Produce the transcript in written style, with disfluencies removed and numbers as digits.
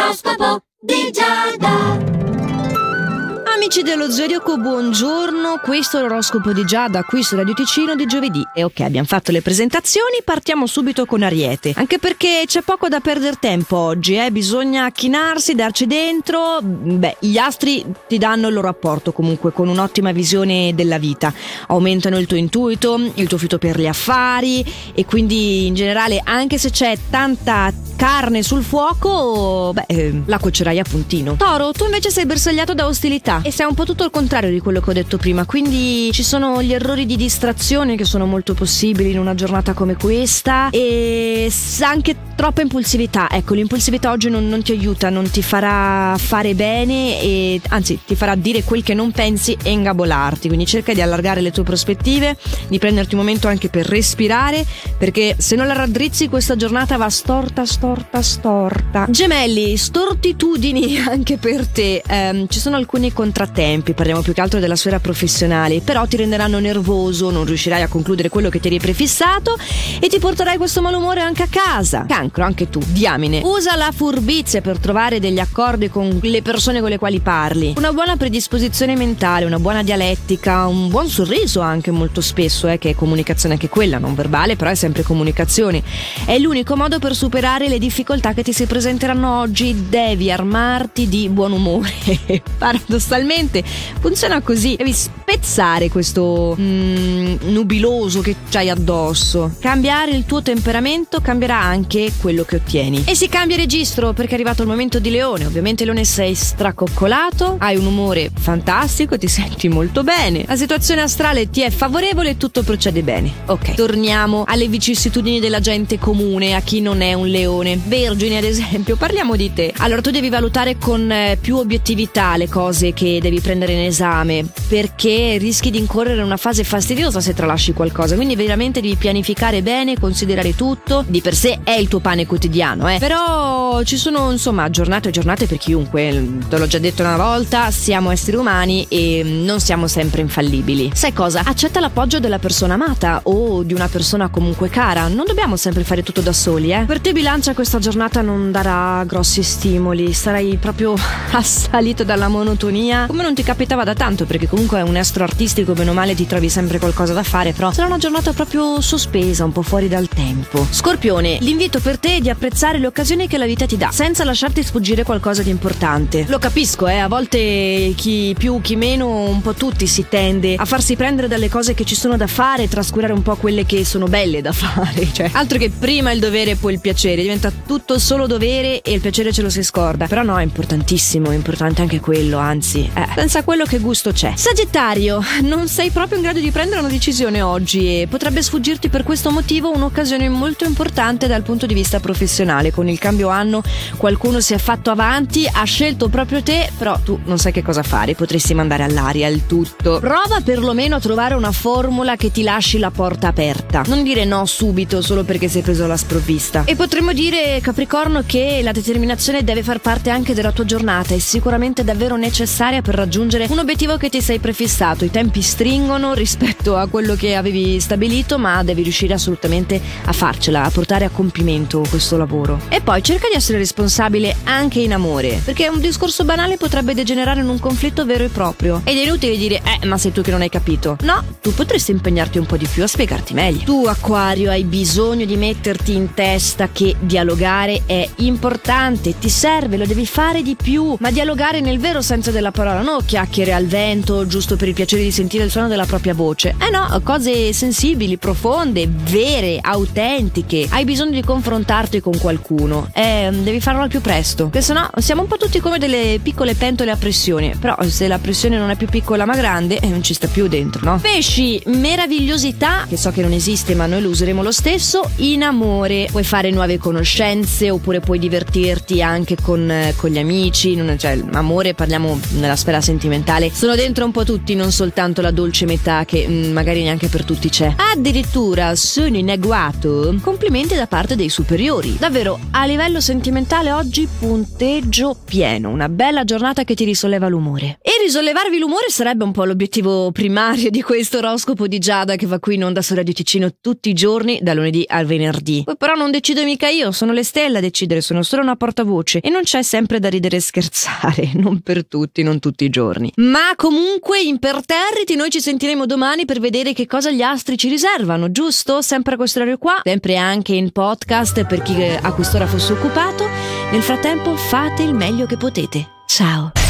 L'oroscopo di Giada. Amici dello Zodiaco, buongiorno, questo è l'oroscopo di Giada qui su Radio Ticino di giovedì. E ok, abbiamo fatto le presentazioni, partiamo subito con Ariete. Anche perché c'è poco da perdere tempo oggi, bisogna chinarsi, darci dentro. Gli astri ti danno il loro apporto comunque con un'ottima visione della vita. Aumentano il tuo intuito, il tuo fiuto per gli affari e quindi in generale, anche se c'è tanta carne sul fuoco, la cuocerai a puntino. Toro, tu invece sei bersagliato da ostilità e sei un po' tutto il contrario di quello che ho detto prima, quindi ci sono gli errori di distrazione che sono molto possibili in una giornata come questa e anche troppa impulsività. Ecco, l'impulsività oggi non ti aiuta, non ti farà fare bene e anzi ti farà dire quel che non pensi e ingabolarti, quindi cerca di allargare le tue prospettive, di prenderti un momento anche per respirare, perché se non la raddrizzi questa giornata va storta. Gemelli, stortitudini anche per te. Ci sono alcuni contrattempi, parliamo più che altro della sfera professionale, però ti renderanno nervoso, non riuscirai a concludere quello che ti eri prefissato e ti porterai questo malumore anche a casa. Cancro, anche tu, diamine, usa la furbizia per trovare degli accordi con le persone con le quali parli, una buona predisposizione mentale, una buona dialettica, un buon sorriso anche molto spesso, che è comunicazione anche quella, non verbale, però è sempre comunicazione. È l'unico modo per superare le difficoltà che ti si presenteranno oggi. Devi armarti di buon umore. Paradossalmente funziona così, devi spezzare questo nubiloso che c'hai addosso. Cambiare il tuo temperamento cambierà anche quello che ottieni. E si cambia registro perché è arrivato il momento di Leone. Ovviamente Leone, sei stracoccolato, hai un umore fantastico, ti senti molto bene, la situazione astrale ti è favorevole e tutto procede bene. Ok, torniamo alle vicissitudini della gente comune, a chi non è un leone. Vergine, ad esempio, parliamo di te. Allora, tu devi valutare con più obiettività le cose che devi prendere in esame, perché rischi di incorrere in una fase fastidiosa se tralasci qualcosa, quindi veramente devi pianificare bene, considerare tutto. Di per sé è il tuo pane quotidiano, però ci sono insomma giornate per chiunque. Te l'ho già detto una volta, siamo esseri umani e non siamo sempre infallibili. Sai cosa? Accetta l'appoggio della persona amata o di una persona comunque cara, non dobbiamo sempre fare tutto da soli. Per te Bilancia, questa giornata non darà grossi stimoli, sarai proprio assalito dalla monotonia, come non ti capitava da tanto, perché comunque è un estro artistico, bene o male ti trovi sempre qualcosa da fare, però sarà una giornata proprio sospesa, un po' fuori dal tempo. Scorpione, l'invito per te è di apprezzare le occasioni che la vita ti dà, senza lasciarti sfuggire qualcosa di importante. Lo capisco, a volte chi più, chi meno, un po' tutti si tende a farsi prendere dalle cose che ci sono da fare e trascurare un po' quelle che sono belle da fare, cioè altro che prima il dovere e poi il piacere, diventa tutto solo dovere e il piacere ce lo si scorda. Però no, è importantissimo, è importante anche quello, anzi, senza quello che gusto c'è. Sagittario, non sei proprio in grado di prendere una decisione oggi e potrebbe sfuggirti per questo motivo un'occasione molto importante dal punto di vista professionale. Con il cambio anno qualcuno si è fatto avanti, ha scelto proprio te, però tu non sai che cosa fare, potresti mandare all'aria il tutto. Prova perlomeno a trovare una formula che ti lasci la porta aperta, non dire no subito solo perché sei preso alla sprovvista. E potremmo dire, Capricorno, che la determinazione deve far parte anche della tua giornata, è sicuramente davvero necessaria per raggiungere un obiettivo che ti sei prefissato. I tempi stringono rispetto a quello che avevi stabilito, ma devi riuscire assolutamente a farcela, a portare a compimento questo lavoro. E poi cerca di essere responsabile anche in amore, perché un discorso banale potrebbe degenerare in un conflitto vero e proprio ed è inutile dire ma sei tu che non hai capito. No, tu potresti impegnarti un po' di più a spiegarti meglio. Tu, Acquario, hai bisogno di metterti in testa che dialogare è importante, ti serve, lo devi fare di più, ma dialogare nel vero senso della parola, no chiacchiere al vento giusto per il piacere di sentire il suono della propria voce. No, cose sensibili, profonde, vere, autentiche. Hai bisogno di confrontarti con qualcuno, devi farlo al più presto, perché sennò siamo un po' tutti come delle piccole pentole a pressione, però se la pressione non è più piccola ma grande non ci sta più dentro, no? Pesci, meravigliosità, che so che non esiste ma noi lo useremo lo stesso. In amore puoi fare nuove conoscenze oppure puoi divertirti anche con gli amici, cioè amore, parliamo nella sfera sentimentale, sono dentro un po' tutti, non soltanto la dolce metà che magari neanche per tutti c'è. Addirittura sono in agguato complimenti da parte dei super superiori. Davvero, a livello sentimentale oggi punteggio pieno, una bella giornata che ti risolleva l'umore. E risollevarvi l'umore sarebbe un po' l'obiettivo primario di questo oroscopo di Giada che va qui in onda su Radio Ticino tutti i giorni, da lunedì al venerdì. Poi però non decido mica io, sono le stelle a decidere, sono solo una portavoce e non c'è sempre da ridere e scherzare, non per tutti, non tutti i giorni. Ma comunque, imperterriti, noi ci sentiremo domani per vedere che cosa gli astri ci riservano, giusto? Sempre a questo orario qua, sempre anche in podcast per chi a quest'ora fosse occupato. Nel frattempo fate il meglio che potete. Ciao!